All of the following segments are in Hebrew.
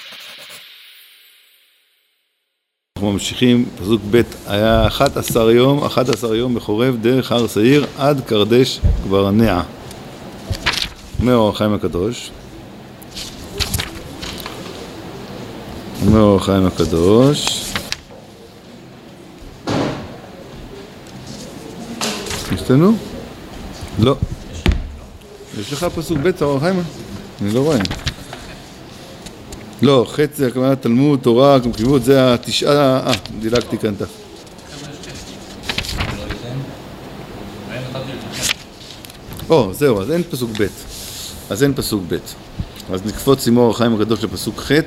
אנחנו ממשיכים, פסוק ב' היה 11 יום בחורב דרך הר שעיר עד קרדש ברנע. אומר אור החיים הקדוש, השתנו? לא. יש לך פסוק ב' אור החיים? אני לא רואה. לא, חץ זה הכוונה תלמוד, תורה, כיבוד, זה התשעה, דילגתי כאן תף. זהו, אז אין פסוק ב'. אז נקפוץ עם אור החיים הקדוש לפסוק ח'.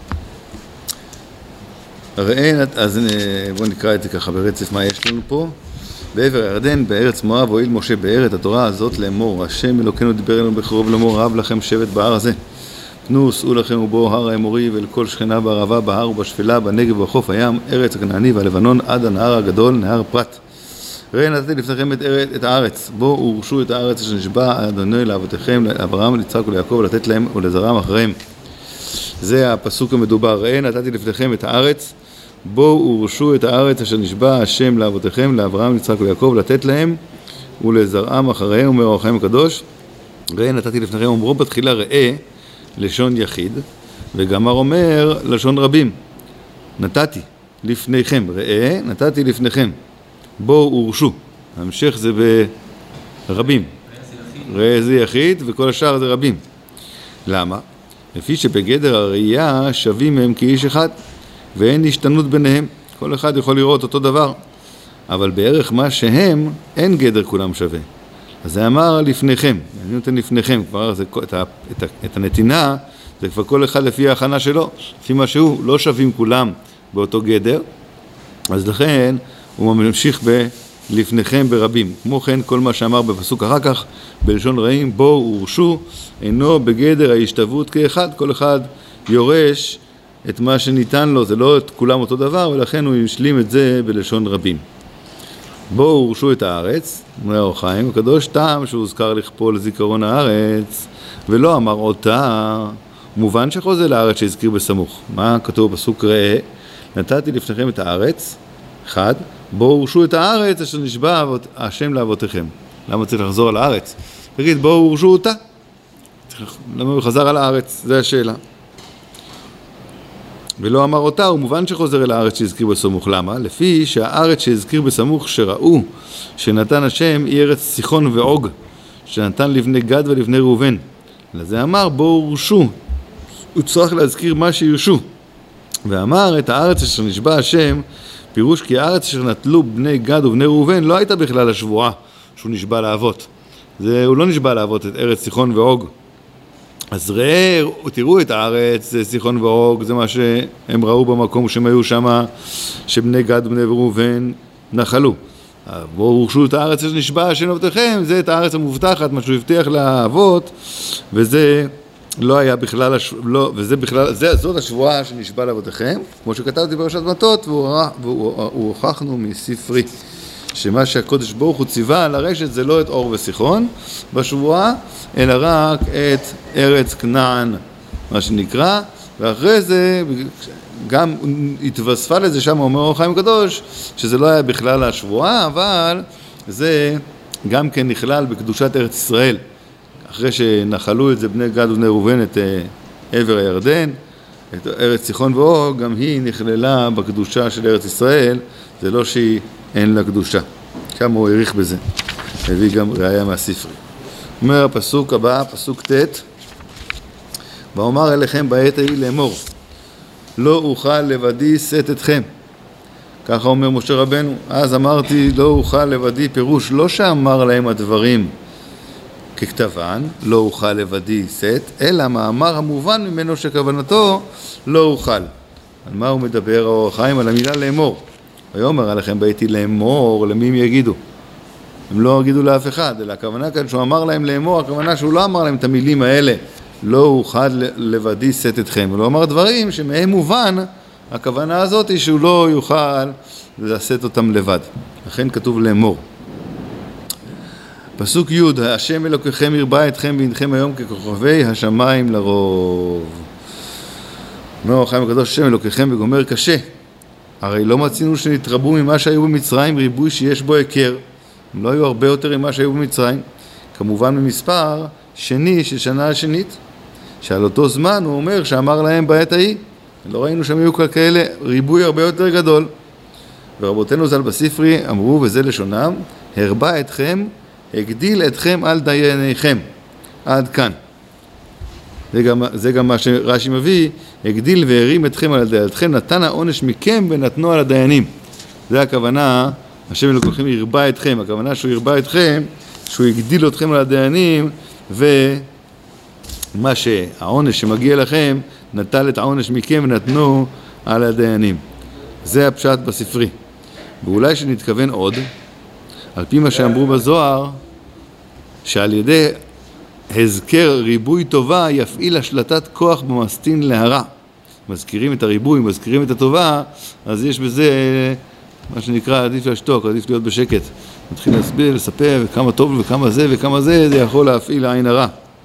אז בואו נקרא את זה ככה ברצף מה יש לנו פה. בעבר הירדן, בארץ מואב, הואיל משה באר את התורה הזאת לאמור, השם אלוקינו דיבר אלינו בקרוב לאמור, רב לכם שבט בהר הזה. תנו, שאו לכם ובואו הר האמורי ואל כל שכנה בערבה, בהר ובשפלה, בנגב ובחוף הים, ארץ הכנעני והלבנון עד הנהר הגדול, נהר פרת. ראה נתתי לפניכם את הארץ, בואו ורשו את הארץ אשר נשבע אדוני לאבותיכם, לאברהם, ליצחק וליעקב, לתת להם ולזרעם אחריהם. זה הפסוק המדובר. ראה נתתי לפניכם את הארץ, בואו ורשו את הארץ אשר נשבע השם לאבותיכם, לאברהם, ליצחק וליעקב, לתת להם ולזרעם אחריהם. אומר אור החיים הקדוש, ראה נתתי לפניכם, אומרו בתחילה ראה לשון יחיד, וגמר אומר לשון רבים. נתתי לפניכם, ראה, נתתי לפניכם, בואו ורשו. המשך זה ברבים. ראה זה יחיד וכל השאר זה רבים. למה? לפי שבגדר הראייה שווים הם כאיש אחד, ואין השתנות ביניהם. כל אחד יכול לראות אותו דבר. אבל בערך מה שהם, אין גדר כולם שווה. אז זה אמר לפניכם, אני נותן לפניכם, כבר זה, את הנתינה, זה כבר כל אחד לפי ההכנה שלו, לפי מה שהוא, לא שווים כולם באותו גדר, אז לכן הוא ממשיך לפניכם ברבים. כמו כן, כל מה שאמר בפסוק אחר כך, בלשון רעים, בואו ורשו, אינו בגדר ההשתוות כאחד, כל אחד יורש את מה שניתן לו, זה לא את כולם אותו דבר, ולכן הוא ישלים את זה בלשון רבים. בואו ורשו את הארץ, אומר אור החיים הקדוש, טעם שהוזכר לכפול זיכרון הארץ, ולא אמר אותה, מובן שחוזה לארץ שהזכיר בסמוך. מה כתוב בפסוק ראה? נתתי לפניכם את הארץ, אחד, בואו ורשו את הארץ אשר נשבע השם לאבותיכם. למה צריך לחזור על הארץ? תגיד, בואו ורשו אותה. למה הוא חזר על הארץ? זו השאלה. ולא אמר אותה, הוא מובן שחוזר אל הארץ שהזכיר בסמוך. למה? לפי שהארץ שהזכיר בסמוך שראו שנתן השם היא ארץ סיחון ועוג, שנתן לבני גד ולבני ראובן. לזה אמר בואו ורשו, הוא צריך להזכיר מה שירשו. ואמר את הארץ אשר נשבע השם, פירוש כי הארץ אשר נטלו בני גד ובני ראובן לא הייתה בכלל השבועה שהוא נשבע לאבות. הוא לא נשבע לאבות את ארץ סיחון ועוג. אז תראו את הארץ, סיחון ועוג, זה מה שהם ראו במקום שהם היו שם, שבני גד ובני ראובן נחלו. בואו ורשו את הארץ שנשבע השם לאבותיכם, זה את הארץ המובטחת, מה שהוא הבטיח לאבות, וזה לא היה בכלל, זאת השבועה שנשבע לאבותיכם, כמו שכתבתי בפרשת מטות, והוכחנו מספרי. שמה שהקודש ברוך הוא ציווה על הרשת זה לא את אור וסיחון בשבועה, אלא רק את ארץ כנען, מה שנקרא, ואחרי זה גם התווספה לזה שם, אומר אור החיים הקדוש, שזה לא היה בכלל השבועה, אבל זה גם כן נכלל בקדושת ארץ ישראל. אחרי שנחלו את זה בני גד ובני ראובן את עבר הירדן, את ארץ סיחון ואוג, גם היא נכללה בקדושה של ארץ ישראל, זה לא שהיא אין לה קדושה. כמה הוא העריך בזה. הביא גם ראיה מהספרי. אומר הפסוק הבא, פסוק ט', ואומר אליכם בעת ההיא לאמור, לא אוכל לבדי שאת אתכם. ככה אומר משה רבנו. אז אמרתי לא אוכל לבדי, פירוש לא שאמר להם הדברים ככתבן, לא אוכל לבדי שאת, אלא מאמר המובן ממנו שכוונתו לא אוכל. על מה הוא מדבר אור החיים? על המילה לאמור. ויאמר עליכם באתי לאמור, למי הם יגידו? הם לא יגידו לאף אחד, אלא הכוונה כאן שהוא אמר להם לאמור, הכוונה שהוא לא אמר להם את המילים האלה, לא אוכל לבדי שאת אתכם. הוא לא אמר דברים שמהם מובן, הכוונה הזאת היא שהוא לא יוכל לשאת אותם לבד. לכן כתוב לאמור. פסוק י' השם אלוקיכם ירבה אתכם וינכם היום ככוכבי השמיים לרוב. אומר החיים הקדוש, השם אלוקיכם וגומר קשה. הרי לא מצינו שנתרבו ממה שהיו במצרים ריבוי שיש בו הכר. הם לא היו הרבה יותר ממה שהיו במצרים. כמובן ממספר שני של שנה השנית. שעל אותו זמן הוא אומר שאמר להם בעת ההיא. לא ראינו שהם היו כאלה ריבוי הרבה יותר גדול. ורבותינו ז"ל בספרי אמרו, וזה לשונם, הרבה אתכם, הגדיל אתכם על דייניכם. עד כאן. זה גם מה שרש"י מביא, הגדיל והרים אתכם על דייניכם, נתן העונש מכם ונתנו על הדיינים. זה הכוונה, השם אלוקיכם הרבה אתכם, הכוונה שהוא הרבה אתכם, שהוא הגדיל אתכם על הדיינים, ומה שהעונש שמגיע לכם, נטל את העונש מכם ונתנו על הדיינים. זה הפשט בספרי. ואולי שנתכוון עוד, על פי מה שאמרו בזוהר, שעל ידי הזכר ריבוי טובה יפעיל השלטת כוח במסטין להרע. מזכירים את הריבוי, מזכירים את הטובה, אז יש בזה מה שנקרא עדיף לשתוק, עדיף להיות בשקט. מתחיל להסביר, לספר כמה טוב וכמה זה, זה יכול להפעיל העין הרע.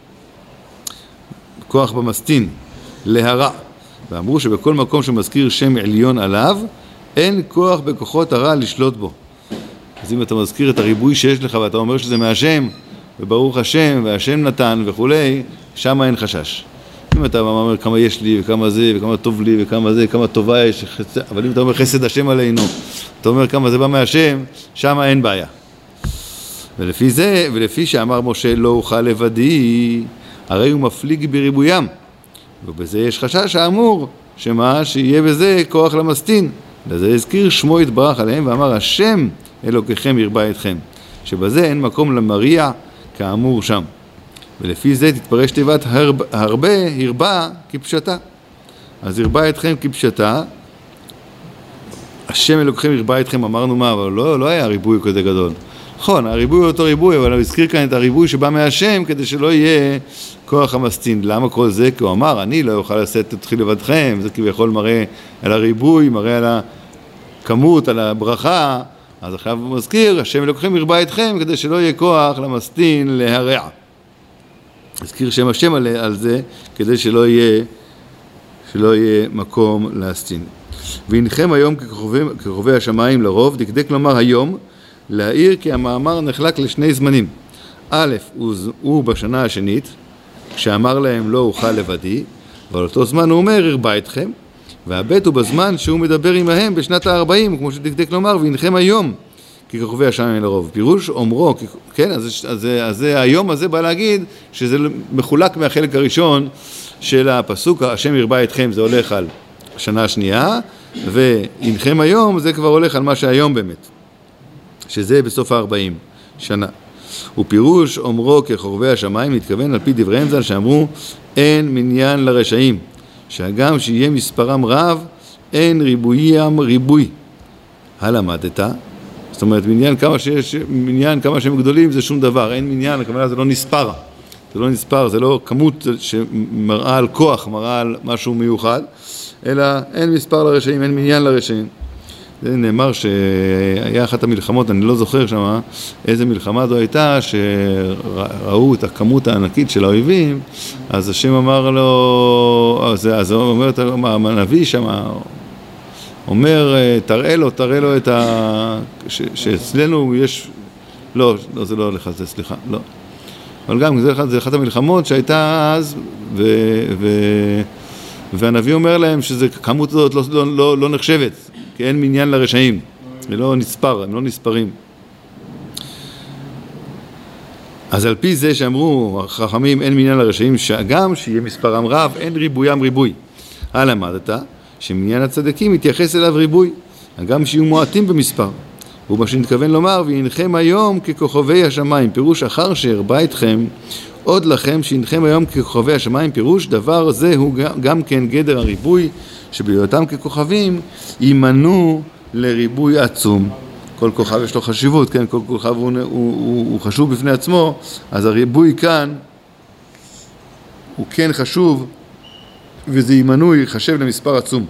כוח במסטין, להרע. ואמרו שבכל מקום שמזכיר שם עליון עליו, אין כוח בכוחות הרע לשלוט בו. אז אם אתה מזכיר את הריבוי שיש לך ואתה אומר שזה מהשם, וברוך השם, והשם נתן וכולי, שם אין חשש. אם אתה אומר כמה יש לי וכמה זה וכמה טוב לי וכמה זה, כמה טובה יש, אבל אם אתה אומר חסד השם עלינו, אתה אומר כמה זה בא מהשם, שם אין בעיה. ולפי זה, ולפי שאמר משה לא אוכל לבדי, הרי הוא מפליג בריבוים. ובזה יש חשש האמור, שיהיה בזה כוח למסטין. לזה הזכיר שמו יתברך עליהם ואמר השם אלוקיכם ירבה אתכם. שבזה אין מקום למריע כאמור שם. ולפי זה תתפרש תיבת הרבה, הרבה כפשטה. אז ירבה אתכם כפשטה, השם אלוקיכם ירבה אתכם, אמרנו מה, אבל לא היה ריבוי כזה גדול. נכון, הריבוי הוא אותו ריבוי, אבל הוא הזכיר כאן את הריבוי שבא מהשם, כדי שלא יהיה כוח המסטין. למה כל זה? כי הוא אמר, אני לא אוכל לשאת אתכם לבדכם, זה כביכול מראה על הריבוי, מראה על הכמות, על הברכה, אז עכשיו הוא מזכיר, השם אלוקיכם ירבה אתכם, כדי שלא יהיה כוח למסטין להרע. הזכיר שם השם על זה, כדי שלא יהיה מקום להסטין. והנכם היום ככוכבי השמיים לרוב, דקדק לומר היום, להעיר כי המאמר נחלק לשני זמנים. א', הוא בשנה השנית, כשאמר להם לא אוכל לבדי, ועל אותו זמן הוא אומר, הרבה אתכם, והבית הוא בזמן שהוא מדבר עמהם בשנת ה-40, כמו שדקדק לומר, והנכם היום, כי כוכבי השמיים לרוב. פירוש אומרו, כן, אז היום הזה בא להגיד שזה מחולק מהחלק הראשון של הפסוק, השם ירבה אתכם, זה הולך על השנה השנייה, והנכם היום זה כבר הולך על מה שהיום באמת, שזה בסוף ה-40 שנה. ופירוש אומרו ככוכבי השמיים מתכוון על פי דבריהם ז"ל שאמרו אין מניין לרשעים, שהגם שיהיה מספרם רב, אין ריבויים ריבוי. הלמדת? זאת אומרת, מניין כמה שהם גדולים זה שום דבר, אין מניין, הכוונה זה לא נספר. זה לא נספר, זה לא כמות שמראה על כוח, מראה על משהו מיוחד, אלא אין מספר לרשעים, אין מניין לרשעים. זה נאמר שהיה אחת המלחמות, אני לא זוכר שמה איזה מלחמה זו הייתה, שראו את הכמות הענקית של האויבים, אז השם אמר לו, אז הוא אומר, הנביא שמה, אומר, תראה לו את שאצלנו יש, לא, זה לא הולך על זה, סליחה, לא. אבל גם זה אחת המלחמות שהייתה אז, והנביא אומר להם שכמות הזאת לא נחשבת, כי אין מניין לרשעים, זה לא נספר, הם לא נספרים. אז על פי זה שאמרו החכמים אין מניין לרשעים, גם שיהיה מספרם רב, אין ריבוים ריבוי. למדת שמניין הצדקים מתייחס אליו ריבוי, גם שיהיו מועטים במספר. הוא מה שנתכוון לומר, והנכם היום ככוכבי השמיים, פירוש אחר שהרבה אתכם, עוד לכם שהנכם היום ככוכבי השמיים, פירוש דבר זה הוא גם כן גדר הריבוי, שבהיותם ככוכבים יימנו לריבוי עצום. כל כוכב יש לו חשיבות, כן? כל כוכב הוא חשוב בפני עצמו, אז הריבוי כאן הוא כן חשוב, וזה יימנו, יחשב למספר עצום.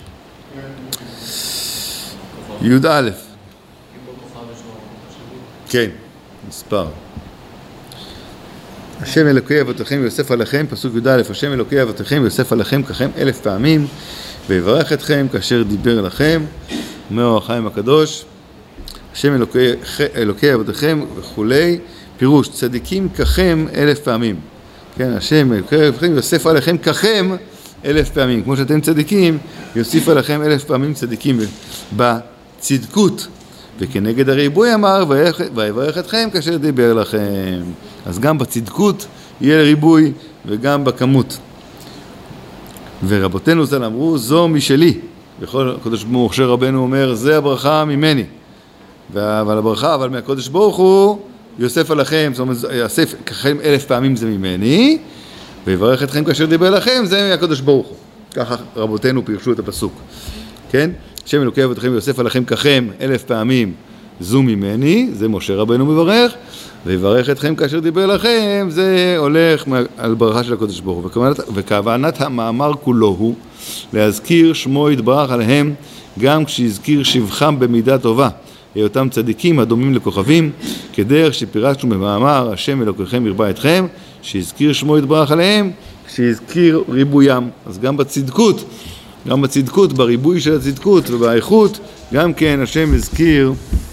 י"א. כן, מספר. השם אלוקי אבותיכם יוסף עליכם, פסוק י"א, השם אלוקי אבותיכם יוסף עליכם ככם 1000 פעמים, ויברך אתכם כאשר דיבר לכם, אומר אור החיים הקדוש, השם אלוקי אבותיכם וכולי, פירוש, צדיקים ככם 1000 פעמים. כן, השם אלוקי אבותיכם יוסף עליכם ככם 1000 פעמים. כמו שאתם צדיקים, יוסיף עליכם 1000 פעמים צדיקים בצדקות. וכנגד הריבוי אמר, ויברך אתכם כאשר דיבר לכם. אז גם בצדקות יהיה ריבוי וגם בכמות. ורבותינו ז"ל אמרו, זו משלי. בכל הקדוש ברוך הוא, משה רבנו אומר, זה הברכה ממני. אבל הברכה, אבל מהקדוש ברוך הוא, יוסף עליכם, זאת אומרת, יוסף ככם 1000 פעמים זה ממני, ויברך אתכם כאשר דיבר לכם, זה מהקדוש ברוך הוא. ככה רבותינו פירשו את הפסוק. כן? השם אלוקי אבותיכם יוסף עליכם ככם 1000 פעמים, זו ממני, זה משה רבנו מברך, ויברך אתכם כאשר דיבר לכם, זה הולך על ברכה של הקדוש ברוך הוא. וכוונת המאמר כולו הוא להזכיר שמו יתברך עליהם, גם כשהזכיר שבחם במידה טובה, היותם צדיקים הדומים לכוכבים, כדרך שפירשנו במאמר השם אלוקיכם ירבה אתכם, שהזכיר שמו יתברך עליהם, שהזכיר ריבוים. אז גם בצדקות, בריבוי של הצדקות ובאיכות, גם כן השם הזכיר,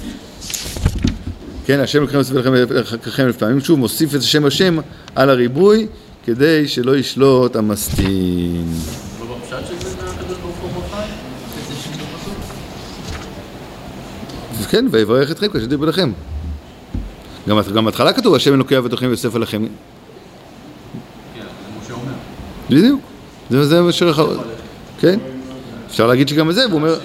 כן, השם אלוקיכם יוסף עליכם 1000 פעמים, שוב מוסיף את שם השם על הריבוי, כדי שלא ישלוט המסטין. לא בפשט שזה מהקדוש ברוך הוא ברכה? כן, ויברך אתכם כאשר דיבר לכם. גם התחלה כתוב, השם אלוקי אבותיכם יוסף עליכם. כן, זה משה אומר. בדיוק. זה מה שרחב. כן? אפשר להגיד שגם את זה, והוא אומר... פשט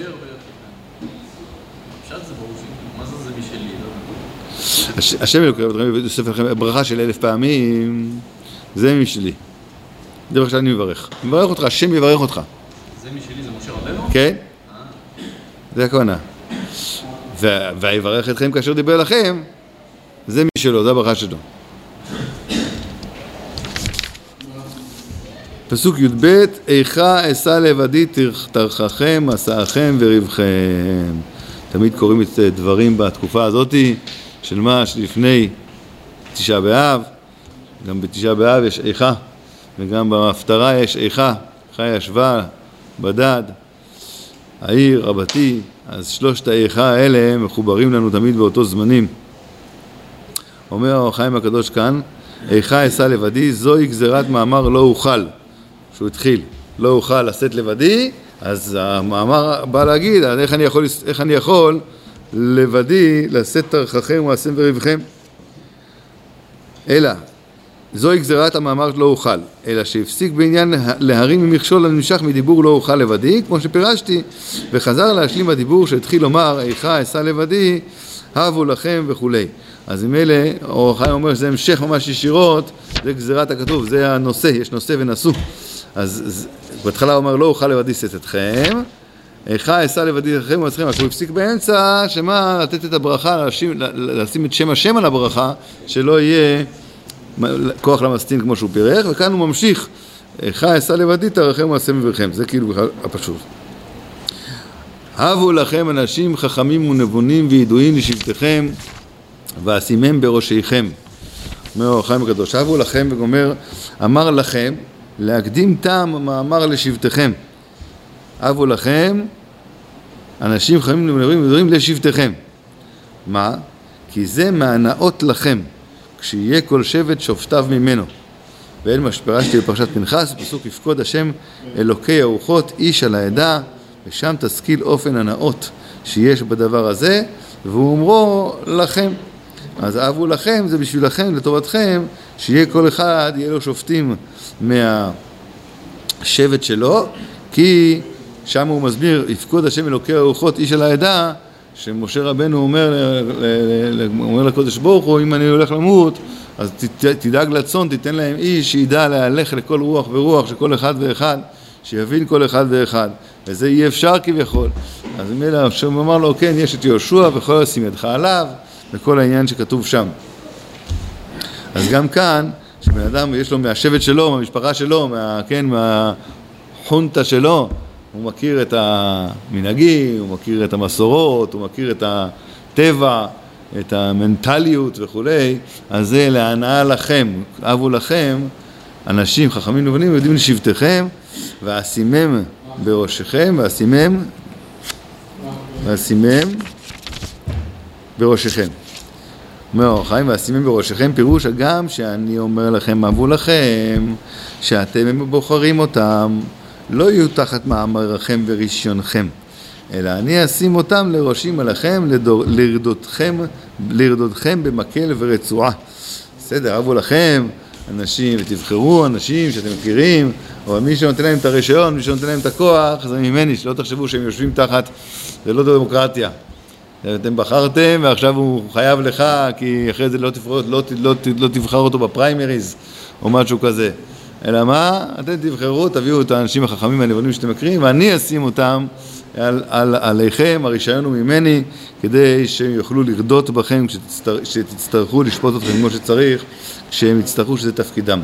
זה ברור, מה זה משלי? השם אלוקי אבותיכם יוסף עליכם, ברכה של 1000 פעמים, זה משלי. זה מה שאני מברך. מברך אותך, השם יברך אותך. זה משלי, זה משה רבנו? כן? זה הכוונה. ויברך אתכם כאשר דיבר לכם, זה משלו, זה הברכה שלו. פסוק י"ב, איכה אשא לבדי תרחכם, מסעכם וריבכם. תמיד קוראים את דברים בתקופה הזאת, של מה שלפני תשעה באב, גם בתשעה באב יש איכה, וגם בהפטרה יש איכה, איכה ישבה בדד, העיר, רבתי, אז שלושת האיכה האלה מחוברים לנו תמיד באותו זמנים. אומר אור החיים הקדוש כאן, איכה אשא לבדי, זוהי גזירת מאמר לא אוכל, שהוא התחיל, לא אוכל לשאת לבדי, אז המאמר בא להגיד, איך אני יכול לבדי לשאת תרחכם ומעשיכם וריבכם, אלא זוהי גזירת המאמר לא אוכל, אלא שהפסיק בעניין להרים ממכשול הנמשך מדיבור לא אוכל לבדי, כמו שפירשתי, וחזר להשלים הדיבור שהתחיל לומר, איכה אשא לבדי, הבו לכם וכולי. אז עם אלה, אור החיים אומר שזה המשך ממש ישירות, זה גזירת הכתוב, זה הנושא, יש נושא ונשוא. אז בהתחלה הוא אומר, לא אוכל לבדי לשאת אתכם, איכה אשא לבדי לכם ומעשיכם, אבל הוא הפסיק באמצע, שמה לתת את הברכה, לשים את שם השם על הברכה, שלא יהיה כוח למסטין כמו שהוא פירח, וכאן הוא ממשיך, איכה אשא לבדי תרחם ומעשיכם וריבכם, זה כאילו בכלל הפשוט. הבו לכם אנשים חכמים ונבונים וידועים לשבטיכם, ואשימם בראשיכם. אומר אור החיים הקדוש, הבו לכם וגומר, אמר לכם, להקדים טעם המאמר לשבטיכם. הבו לכם, אנשים חכמים ונבונים וידועים לשבטיכם. מה? כי זה מהנאות לכם, כשיהיה כל שבט שופטיו ממנו. ואל מה שפירשתי בפרשת פנחס, פסוק יפקוד השם אלוקי הרוחות איש על העדה, ושם תשכיל אופן הנאות שיש בדבר הזה, והוא אומרו לכם. אז אהבו לכם, זה בשבילכם, לטובתכם, שיהיה כל אחד, יהיה לו שופטים מהשבט שלו, כי שם הוא מסביר, יפקוד השם אלוקי הרוחות איש על העדה, שמשה רבנו אומר לקדוש ברוך הוא, אם אני הולך למות, אז תדאג לצאן, תיתן להם איש שידע להלך לכל רוח ורוח, שכל אחד ואחד, שיבין כל אחד ואחד, וזה אי אפשר כביכול. אז מילא הוא אמר לו, כן, יש את יהושע, וכל לשים ידך עליו, וכל העניין שכתוב שם. אז גם כאן, שבן אדם יש לו מהשבט שלו, מהמשפחה שלו, מהחונטה שלו, הוא מכיר את המנהגים, הוא מכיר את המסורות, הוא מכיר את הטבע, את המנטליות וכולי, אז זה להנאה לכם, אבו לכם, אנשים חכמים נבונים יודעים לשבטכם, ואשימם בראשכם, ואשימם בראשכם. אומר אור החיים, ואשימם בראשכם, פירוש הגם שאני אומר לכם, אבו לכם, שאתם בוחרים אותם, לא יהיו תחת מאמרכם ורישיונכם, אלא אני אשים אותם לראשים עליכם, לרדותכם במקל ורצועה. בסדר, אבו לכם אנשים, ותבחרו אנשים שאתם מכירים, אבל מי שנותן להם את הרישיון, מי שנותן להם את הכוח, זה ממני, שלא תחשבו שהם יושבים תחת, זה לא דמוקרטיה. אתם בחרתם ועכשיו הוא חייב לך, כי אחרי זה לא תבחר אותו בפריימריז או משהו כזה. אלא מה? אתם תבחרו, תביאו את האנשים החכמים הנבונים שאתם מכירים, ואני אשים אותם עליכם, הרישיון הוא ממני, כדי שהם יוכלו לרדות בכם כשתצטרכו לשפוט אתכם כמו שצריך, כשהם יצטרכו שזה תפקידם.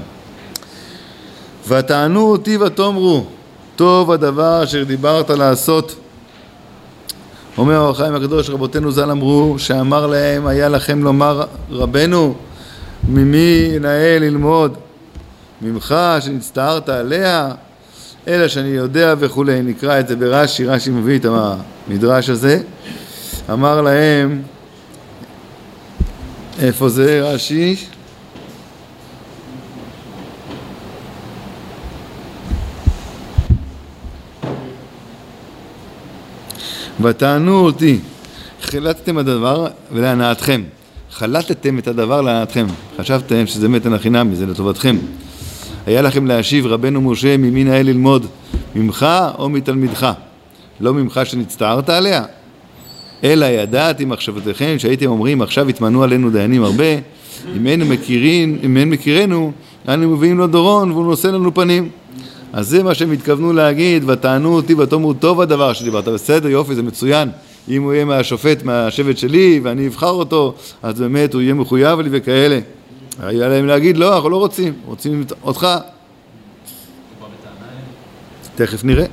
ותענו אותי ותאמרו, טוב הדבר אשר דיברת לעשות. אומר אור החיים הקדוש, רבותינו ז"ל אמרו, שאמר להם, היה לכם לומר רבנו, ממי נאה ללמוד? ממך שנצטערת עליה, אלא שאני יודע וכולי. נקרא את זה ברש"י, רש"י מביא את המדרש הזה. אמר להם, איפה זה רש"י? ותענו אותי, חלטתם הדבר ולהנאתכם. חלטתם את הדבר להנאתכם. חשבתם שזה מתנה חינמי, זה לטובתכם. היה לכם להשיב רבנו משה, ממי נאה ללמוד? ממך או מתלמידך? לא ממך שנצטערת עליה? אלא ידעתי מחשבותיכם שהייתם אומרים, עכשיו התמנו עלינו דיינים הרבה, אם אין מכירנו, אנו מביאים לו דורון והוא נושא לנו פנים. אז זה מה שהם התכוונו להגיד, ותענו אותי ותאמרו, טוב הדבר שדיברת, בסדר, יופי, זה מצוין. אם הוא יהיה מהשופט, מהשבט שלי, ואני אבחר אותו, אז באמת הוא יהיה מחויב לי וכאלה. היה להם להגיד, לא, אנחנו לא רוצים, רוצים אותך. תכף נראה.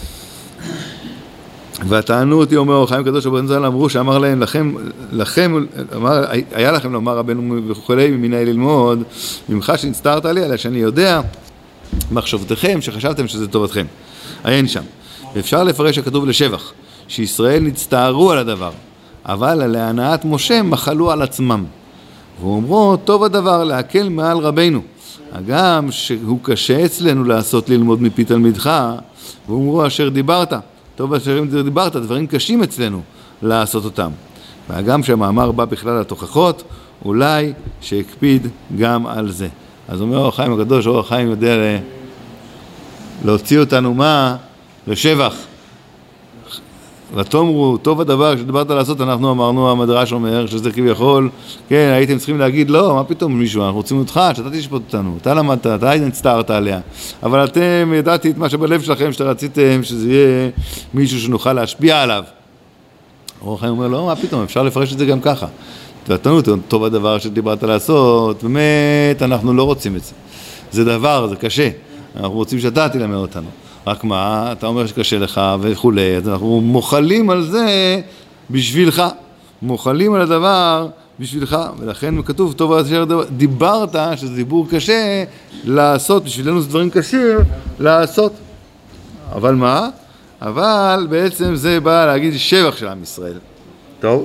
ותענו אותי, אומר אור החיים הקדוש רבותינו ז"ל, אמרו שאמר להם, היה לכם לומר רבנו וכולי, ממי נאה ללמוד, ממך שנצטערת עליה, אלא שאני יודע מחשבותיכם שחשבתם שזה טובתכם. אין שם. ואפשר לפרש הכתוב לשבח, שישראל נצטערו על הדבר, אבל על להנאת משה מחלו על עצמם. ואומרו, טוב הדבר להקל מעל רבינו, הגם שהוא קשה אצלנו לעשות ללמוד מפי תלמידך, ואומרו אשר דיברת, טוב אשר דיברת, דברים קשים אצלנו לעשות אותם. והגם שהמאמר בא בכלל התוכחות, אולי שהקפיד גם על זה. אז אומר אור החיים הקדוש, אור החיים יודע להוציא אותנו מה? לשבח. ותאמרו, טוב הדבר שדיברת לעשות, אנחנו אמרנו, המדרש אומר שזה כביכול, כן, הייתם צריכים להגיד, לא, מה פתאום מישהו, אנחנו רוצים אותך, שאתה תשפוט אותנו, אתה למדת, אתה היית נצטערת עליה, אבל אתם ידעתי את מה שבלב שלכם, שאתה רציתם שזה יהיה מישהו שנוכל להשפיע עליו. אור החיים אומר, לא, מה פתאום, אפשר לפרש את זה גם ככה. ותנו, טוב הדבר שדיברת לעשות, באמת, אנחנו לא רוצים את זה. זה דבר, זה קשה. אנחנו רוצים שאתה תלמד אותנו. רק מה, אתה אומר שקשה לך וכולי, אז אנחנו מוחלים על זה בשבילך. מוחלים על הדבר בשבילך, ולכן כתוב, טוב אשר דיברת, שזה דיבור קשה, לעשות, בשבילנו זה דברים קשים, לעשות. אבל מה? אבל בעצם זה בא להגיד שבח של עם ישראל. טוב?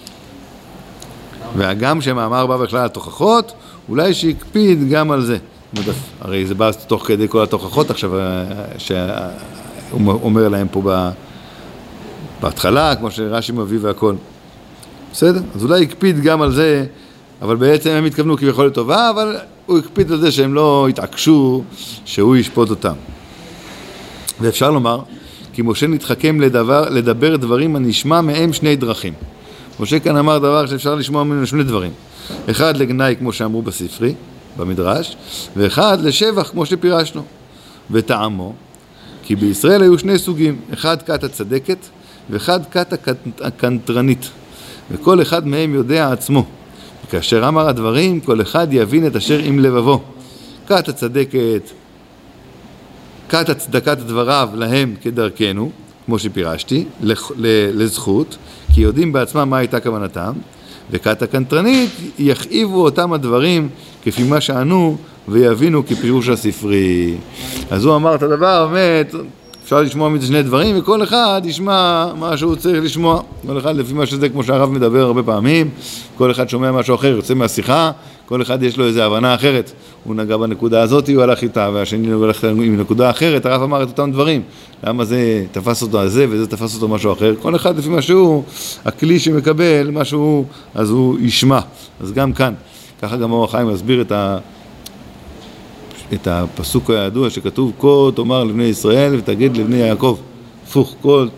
והגם שהמאמר בא בכלל התוכחות, אולי שיקפיד גם על זה. הרי זה בא תוך כדי כל התוכחות עכשיו, שהוא אומר להם פה בהתחלה, כמו שרש"י מביא והכל. בסדר? אז אולי יקפיד גם על זה, אבל בעצם הם התכוונו כביכול לטובה, אבל הוא יקפיד על זה שהם לא יתעקשו שהוא ישפוט אותם. ואפשר לומר, כי משה נתחכם לדבר דברים הנשמע מהם שני דרכים. משה כאן אמר דבר שאפשר לשמוע ממנו שני דברים. אחד לגנאי, כמו שאמרו בספרי, במדרש, ואחד לשבח, כמו שפירשנו. וטעמו, כי בישראל היו שני סוגים, אחד כת הצדקת, ואחד כת הקנטרנית. וכל אחד מהם יודע עצמו. וכאשר אמר הדברים, כל אחד יבין את אשר עם לבבו. כת הצדקת, כת הצדקת דבריו להם כדרכנו, כמו שפירשתי, לזכות, כי יודעים בעצמם מה הייתה כוונתם, וכת הקנטרנית יכאיבו אותם הדברים כפי מה שענו ויבינו כפירוש הספרי. אז הוא אמר את הדבר, באמת, אפשר לשמוע מזה שני דברים, וכל אחד ישמע מה שהוא צריך לשמוע. כל אחד לפי מה שזה, כמו שהרב מדבר הרבה פעמים, כל אחד שומע משהו אחר, יוצא מהשיחה, כל אחד יש לו איזו הבנה אחרת. הוא נגע בנקודה הזאת, הוא הלך איתה, והשני הולך עם נקודה אחרת. הרב אמר את אותם דברים. למה זה תפס אותו על זה, וזה תפס אותו משהו אחר. כל אחד לפי מה שהוא, הכלי שמקבל משהו, אז הוא ישמע. אז גם כאן, ככה גם אור החיים מסביר את הפסוק הידוע שכתוב, כה תאמר לבני ישראל ותגיד לבני יעקב. הפוך,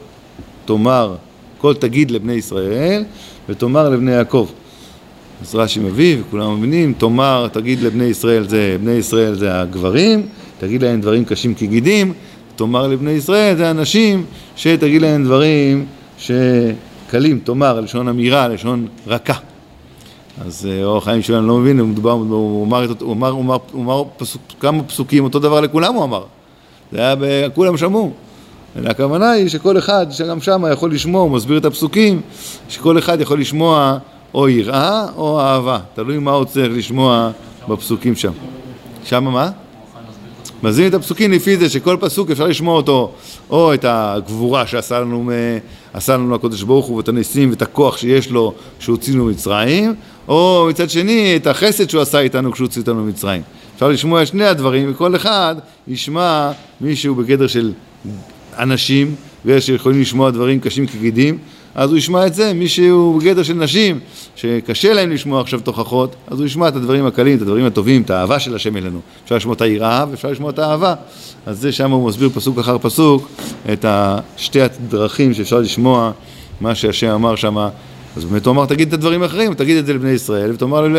כה תגיד לבני ישראל ותאמר לבני יעקב. אז רש"י מביא וכולם מבינים, תגיד לבני ישראל, בני ישראל זה הגברים, תגיד להם דברים קשים כגידים, תאמר לבני ישראל זה אנשים שתגיד להם דברים שקלים, תאמר, לשון אמירה, לשון רכה. אז אור החיים שלנו לא מבין, הוא אמר כמה פסוקים, אותו דבר לכולם הוא אמר. זה היה, כולם שמעו. הכוונה היא שכל אחד, שגם שם יכול לשמוע, הוא מסביר את הפסוקים, שכל אחד יכול לשמוע או יראה או אהבה. תלוי מה הוא צריך לשמוע בפסוקים שם. שם מה? מזין את הפסוקים לפי זה שכל פסוק אפשר לשמוע אותו, או את הגבורה שעשה לנו הקדוש ברוך הוא, ואת הניסים ואת הכוח שיש לו כשהוציאנו מצרים, או מצד שני את החסד שהוא עשה איתנו כשהוציא אותנו מצרים. אפשר לשמוע שני הדברים, וכל אחד ישמע מישהו בגדר של אנשים, ויש שיכולים לשמוע דברים קשים כגידים, אז הוא ישמע את זה. מישהו בגדר של נשים שקשה להם לשמוע עכשיו תוכחות, אז הוא ישמע את הדברים הקלים, את הדברים הטובים, את האהבה של השם אלינו. אפשר לשמוע את היראה ואפשר לשמוע את האהבה. אז זה שם הוא מסביר פסוק אחר פסוק את שתי הדרכים שאפשר לשמוע מה שהשם אמר שם. אז באמת הוא אמר, תגיד את הדברים האחרים, תגיד את זה לבני ישראל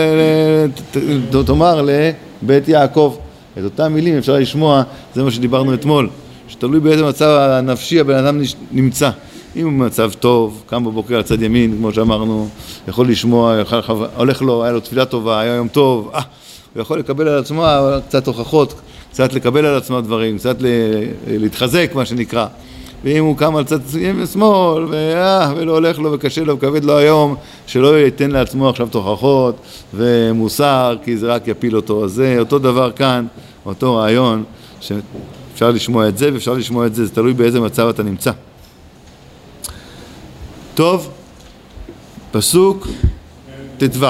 ותאמר לבית יעקב. את אותם מילים אפשר לשמוע, זה מה שדיברנו אתמול, שתלוי באיזה מצב הנפשי הבן אדם נמצא. אם הוא במצב טוב, קם בבוקר על צד ימין, כמו שאמרנו, יכול לשמוע, הולך לו, היה לו תפילה טובה, היה יום טוב, הוא יכול לקבל על עצמו קצת הוכחות, קצת לקבל על עצמו דברים, קצת להתחזק, מה שנקרא. ואם הוא קם על צד שמאל, ולא הולך לו וקשה לו וכבד לו היום, שלא ייתן לעצמו עכשיו תוכחות ומוסר, כי זה רק יפיל אותו. אז זה אותו דבר כאן, אותו רעיון, שאפשר לשמוע את זה ואפשר לשמוע את זה, זה תלוי באיזה מצב אתה נמצא. טוב, פסוק תתוו.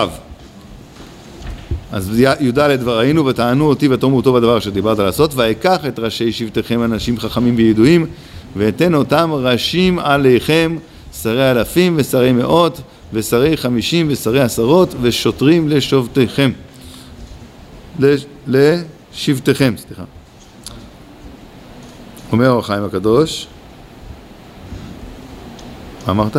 אז י"ד ראינו ותענו אותי ותאמרו אותו בדבר שדיברת לעשות, ויקח את ראשי שבטכם אנשים חכמים וידועים, ואתן אותם ראשים עליכם, שרי אלפים ושרי מאות ושרי 50 ושרי עשרות ושוטרים לשבטכם. לשבטכם, סליחה. אומר אור החיים הקדוש, מה אמרת?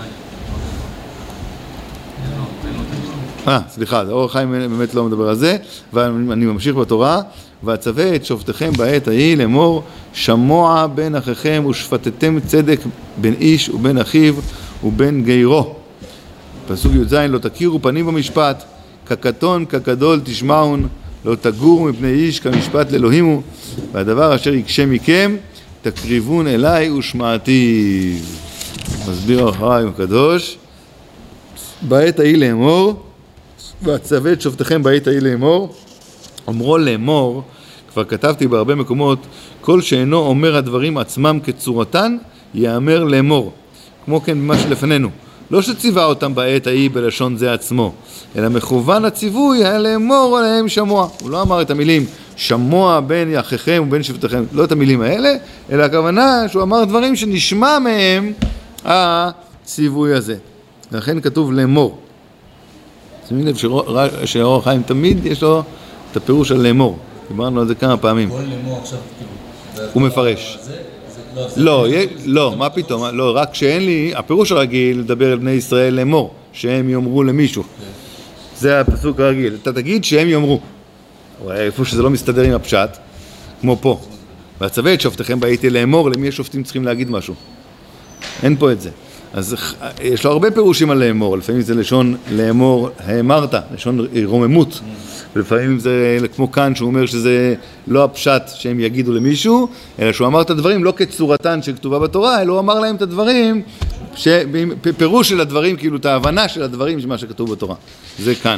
סליחה, אור החיים באמת לא מדבר על זה, ואני ממשיך בתורה, ואצווה את שופטיכם בעת ההיא לאמור, שמוע בין אחיכם ושפטתם צדק בין איש ובין אחיו ובין גיירו. פסוק י"ז, לא תכירו פנים במשפט, כקטון כגדול תשמעון, לא תגורו מפני איש כמשפט לאלוהים הוא, והדבר אשר יקשה מכם תקריבון אליי ושמעתי. מסביר החיים הקדוש, בעת ההיא לאמור, ואצווה את שופטיכם בעת ההיא לאמור. אומרו לאמור, כבר כתבתי בהרבה מקומות, כל שאינו אומר הדברים עצמם כצורתן, יאמר לאמור. כמו כן במה שלפנינו. לא שציווה אותם בעת ההיא בלשון זה עצמו, אלא מכוון הציווי היה לאמור עליהם שמוע. הוא לא אמר את המילים שמוע בין אחיכם ובין שבטכם, לא את המילים האלה, אלא הכוונה שהוא אמר דברים שנשמע מהם הציווי הזה. לכן כתוב לאמור. שימי לב שאור החיים תמיד יש לו את הפירוש על לאמור. דיברנו על זה כמה פעמים. כל לאמור עכשיו, הוא מפרש. לא, מה פתאום? לא, רק שאין לי, הפירוש הרגיל לדבר על בני ישראל לאמור, שהם יאמרו למישהו. זה הפסוק הרגיל. אתה תגיד שהם יאמרו. איפה שזה לא מסתדר עם הפשט, כמו פה. ואצווה את שופטיכם בעת ההיא לאמור, למי השופטים צריכים להגיד משהו. אין פה את זה. אז יש לו הרבה פירושים על לאמור, לפעמים זה לשון לאמור האמרת, לשון רוממות, ולפעמים זה כמו כאן שהוא אומר שזה לא הפשט שהם יגידו למישהו, אלא שהוא אמר את הדברים לא כצורתן שכתובה בתורה, אלא הוא אמר להם את הדברים פירוש של הדברים, כאילו את ההבנה של הדברים של מה שכתוב בתורה. זה כאן.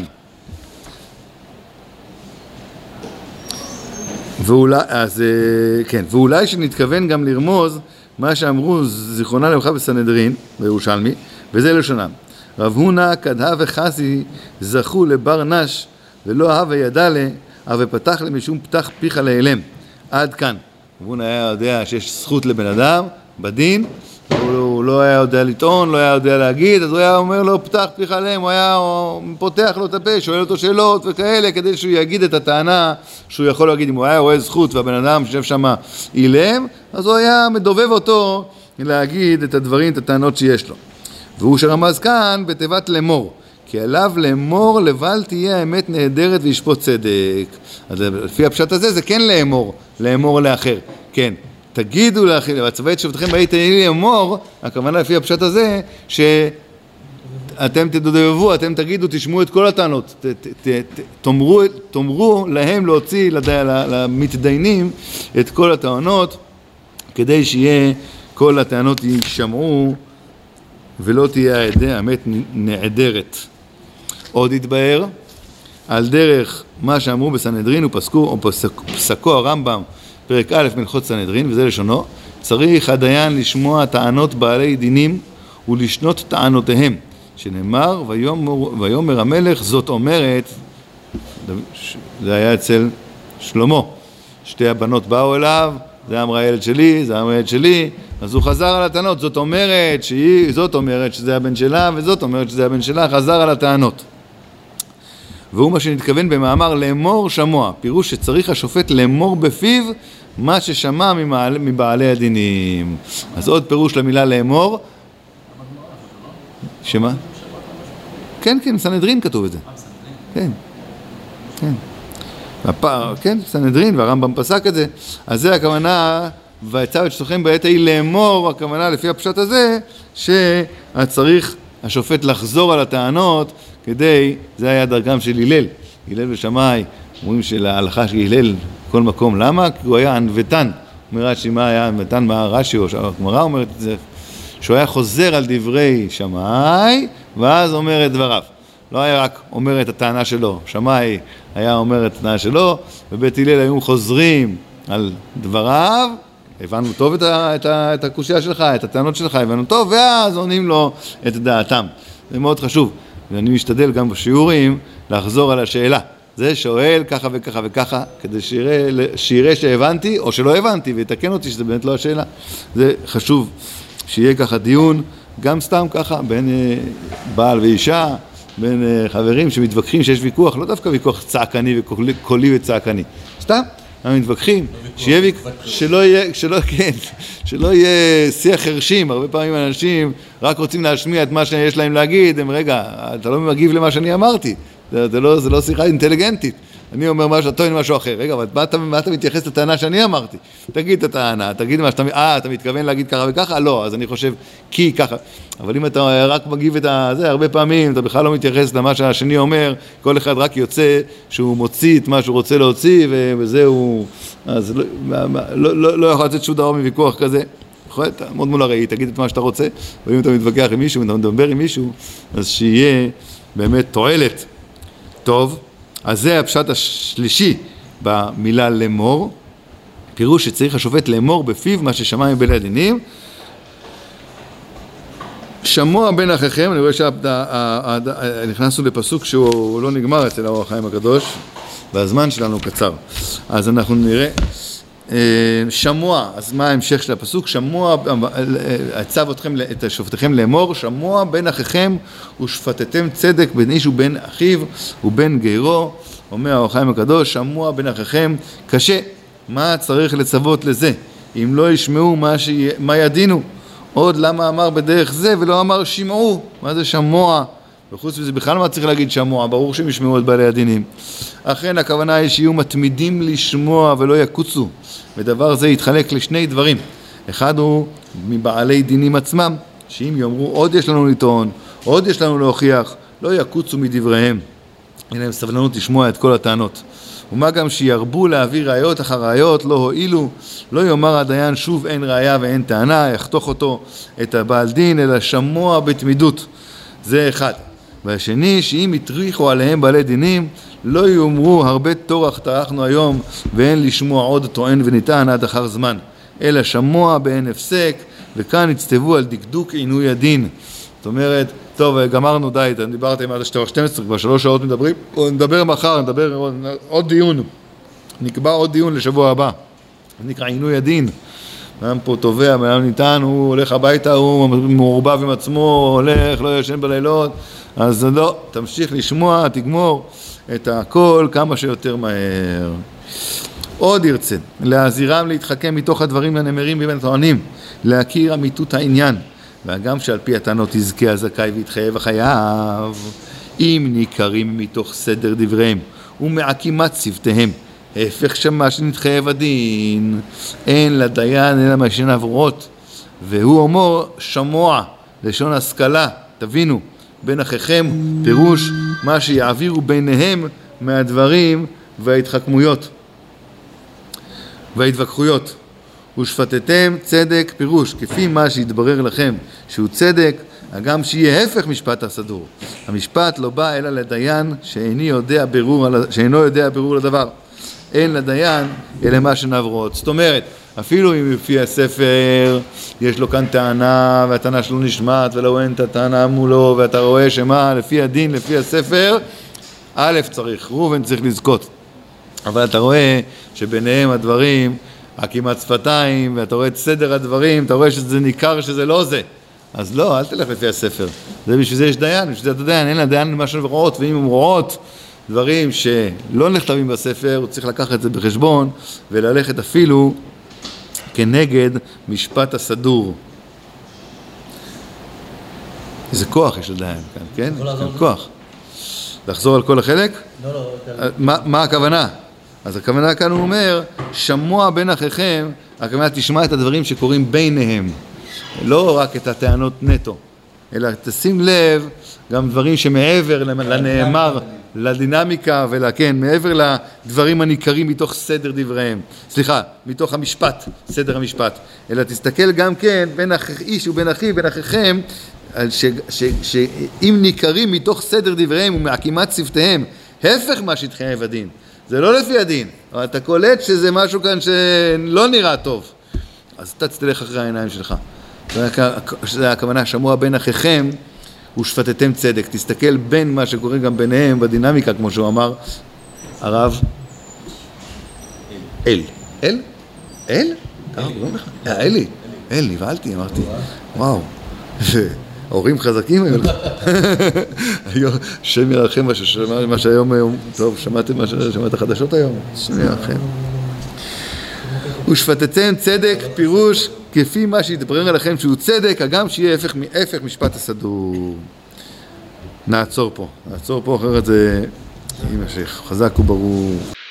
ואולי שנתכוון גם לרמוז מה שאמרו זיכרונה לברכה בסנהדרין, בירושלמי, וזה לשונם. רב הונא כדהא וחזי זכו לבר נש ולא אהב וידע לה, אבל פתח למשום פתח פיך להיעלם. עד כאן. רב הונא היה יודע שיש זכות לבן אדם בדין, הוא לא היה יודע לטעון, לא היה יודע להגיד, אז הוא היה אומר לו פתח פיך להיעלם, הוא היה פותח לו את הפה, שואל אותו שאלות וכאלה, כדי שהוא יגיד את הטענה שהוא יכול להגיד. אם הוא היה רואה זכות והבן אדם שיושב שם אילם, אז הוא היה מדובב אותו להגיד את הדברים, את הטענות שיש לו. והוא שרמז כאן בתיבת לאמור, כי עליו לאמור לבל תהיה האמת נהדרת וישפוט צדק. אז לפי הפשט הזה זה כן לאמור לאחר, כן. תגידו לאחר, והצווה את שבתכם בעת לאמור, הכוונה לפי הפשט הזה, שאתם תדובבו, אתם תגידו, תשמעו את כל הטענות, תאמרו להם להוציא למתדיינים את כל הטענות, כדי שיהיה כל הטענות יישמעו, ולא תהיה האמת נעדרת. עוד יתבהר, על דרך מה שאמרו בסנהדרין פסקו הרמב"ם, פרק א' מלכות סנהדרין, וזה לשונו, צריך הדיין לשמוע טענות בעלי דינים ולשנות טענותיהם, שנאמר, ויאמר המלך, זאת אומרת, זה היה אצל שלמה, שתי הבנות באו אליו, זה אמרה הילד שלי, זה אמרה הילד שלי, אז הוא חזר על הטענות, זאת אומרת שזה הבן שלה, וזאת אומרת שזה הבן שלה, חזר על הטענות. והוא מה שנתכוון במאמר לאמור שמוע, פירוש שצריך השופט לאמור בפיו מה ששמע מבעלי הדינים. אז עוד פירוש למילה לאמור. שמה? כן, סנהדרין כתוב את זה. כן. כן, סנהדרין, והרמב"ם פסק את זה. אז זה הכוונה, ויצב את שתוכם בעת ההיא לאמור, הכוונה לפי הפשט הזה, שצריך השופט לחזור על הטענות, כדי, זה היה דרכם של הלל ושמאי, אומרים שלהלכה של הלל כל מקום. למה? כי הוא היה ענוותן. אומר רש"י, מה היה ענוותן? מה רש"י או הגמרא אומרת את זה? שהוא היה חוזר על דברי שמאי, ואז אומר את דבריו. לא היה רק אומר את הטענה שלו. שמאי היה אומר את הטענה שלו, ובית הלל היו חוזרים על דבריו, הבנו טוב את הקושיה שלך, את הטענות שלך, הבנו טוב, ואז עונים לו את דעתם. זה מאוד חשוב. ואני משתדל גם בשיעורים לחזור על השאלה. זה שואל ככה וככה וככה, כדי שיראה שהבנתי או שלא הבנתי, ויתקן אותי שזה באמת לא השאלה. זה חשוב שיהיה ככה דיון, גם סתם ככה, בין בעל ואישה, בין חברים שמתווכחים, שיש ויכוח, לא דווקא ויכוח צעקני וקולי וצעקני. סתם, הם מתווכחים, שלא יהיה שיח חרשים. הרבה פעמים אנשים רק רוצים להשמיע את מה שיש להם להגיד, הם רגע, אתה לא מגיב למה שאני אמרתי, זה לא שיחה אינטליגנטית. אני אומר משהו, אתה טוען משהו אחר. רגע, אבל מה אתה מתייחס לטענה שאני אמרתי? תגיד את הטענה, תגיד מה שאתה, אתה מתכוון להגיד ככה וככה? לא, אז אני חושב כי ככה. אבל אם אתה רק מגיב את זה, הרבה פעמים אתה בכלל לא מתייחס למה שהשני אומר, כל אחד רק יוצא שהוא מוציא את מה שהוא רוצה להוציא, וזהו, אז לא יכול לצאת שום דבר מוויכוח כזה. תעמוד מול הראי, תגיד את מה שאתה רוצה, ואם אתה מתווכח עם מישהו, אתה מדבר עם מישהו, אז שיהיה באמת תועלת. טוב. אז זה הפשט השלישי במילה לאמור, פירוש שצריך השופט לאמור בפיו מה ששמע מבעלי הדינים. שמוע בין אחיכם, אני רואה שנכנסנו לפסוק שהוא לא נגמר אצל האור החיים הקדוש, והזמן שלנו קצר. אז אנחנו נראה, שמוע, אז מה ההמשך של הפסוק? שמוע, עצב את שופטיכם לאמור, שמוע בין אחיכם ושפטתם צדק בין איש ובין אחיו ובין גרו. אומר האור החיים הקדוש, שמוע בין אחיכם, קשה, מה צריך לצוות לזה? אם לא ישמעו מה ידינו? עוד למה אמר בדרך זה ולא אמר שמעו? מה זה שמוע? וחוץ מזה בכלל מה צריך להגיד שמוע? ברור שהם ישמעו את בעלי הדינים. אכן הכוונה היא שיהיו מתמידים לשמוע ולא יקוצו. ודבר זה יתחלק לשני דברים. אחד הוא מבעלי דינים עצמם, שאם יאמרו עוד יש לנו לטעון, עוד יש לנו להוכיח, לא יקוצו מדבריהם. אין להם סבלנות לשמוע את כל הטענות. ומה גם שירבו להביא ראיות אחר ראיות, לא הועילו, לא יאמר הדיין שוב אין ראיה ואין טענה, יחתוך אותו את הבעל דין, אלא שמוע בתמידות. זה אחד. והשני, שאם יטריחו עליהם בעלי דינים, לא יאמרו הרבה טורח טרחנו היום, ואין לשמוע עוד טוען וניתן עד אחר זמן, אלא שמוע באין הפסק, וכאן הצטוו על דקדוק עינוי הדין. זאת אומרת, טוב, גמרנו די, דיברתם עד 12, כבר 3 שעות מדברים, נדבר מחר, נדבר עוד דיון, נקבע עוד דיון לשבוע הבא, נקרא עינוי הדין. אדם פה תובע, אדם ניתן, הוא הולך הביתה, הוא מעורבב עם עצמו, הולך, לא ישן בלילות, אז לא, תמשיך לשמוע, תגמור את הכל כמה שיותר מהר. עוד ירצה, להזהירם להתחכם מתוך הדברים הנאמרים בין הטוענים, להכיר אמיתות העניין, וגם שעל פי הטענות יזכה הזכאי ויתחייב החייב, אם ניכרים מתוך סדר דבריהם ומעקימת צוותיהם, ההפך שמה שנתחייב הדין, אין לדיין אלא מה שנעברות, והוא אומר שמוע, לשון השכלה, תבינו, בין אחיכם פירוש מה שיעבירו ביניהם מהדברים וההתחכמויות וההתווכחויות. ושפטתם צדק פירוש, כפי מה שיתברר לכם שהוא צדק, הגם שיהיה הפך משפט הסדור. המשפט לא בא אלא לדיין שאינו יודע ברור לדבר. אין לדיין אלא מה שנעברות. זאת אומרת, אפילו אם לפי הספר יש לו כאן טענה והטענה שלו נשמעת ולא אין את הטענה מולו, ואתה רואה שמה לפי הדין, לפי הספר, א' צריך, ראובן צריך לזכות. אבל אתה רואה שביניהם הדברים, עקימת שפתיים, ואתה רואה את סדר הדברים, אתה רואה שזה ניכר שזה לא זה. אז לא, אל תלך לפי הספר. זה בשביל זה יש דיין, בשביל זה אתה דיין, אין לדיין מה שנברואות, ואם הם רואות דברים שלא נכתבים בספר, הוא צריך לקחת את זה בחשבון, וללכת אפילו כנגד משפט הסדור. איזה כוח יש לדיין כאן, כן? כוח. לחזור על כל החלק? לא. מה הכוונה? אז הכוונה כאן הוא אומר, שמוע בין אחיכם, הכוונה תשמע את הדברים שקורים ביניהם, לא רק את הטענות נטו, אלא תשים לב גם דברים שמעבר לנאמר, לדינמיקה ולכן, מעבר לדברים הניכרים מתוך סדר דבריהם, מתוך המשפט, סדר המשפט, אלא תסתכל גם כן בין איש ובין אחיו, בין אחיכם, שאם ניכרים מתוך סדר דבריהם ומעקימת צוותיהם, הפך מה שהתחייב הדין. זה לא לפי הדין, אבל אתה קולט שזה משהו כאן שלא נראה טוב. אז אתה תלך אחרי העיניים שלך. זה הכוונה, שמוע בין אחיכם ושפטתם צדק. תסתכל בין מה שקורה גם ביניהם בדינמיקה, כמו שהוא אמר, הרב אל. אל? אל? אלי. אל, נבהלתי, אמרתי. וואו. ההורים חזקים היו לך. שם ירחם מה שהיום, טוב, שמעת חדשות היום? שם ירחם. ושפטתם צדק פירוש כפי מה שיתברר עליכם שהוא צדק, הגם שיהיה הפך משפט הסדור. נעצור פה, אחרת זה יימשך. חזק וברור.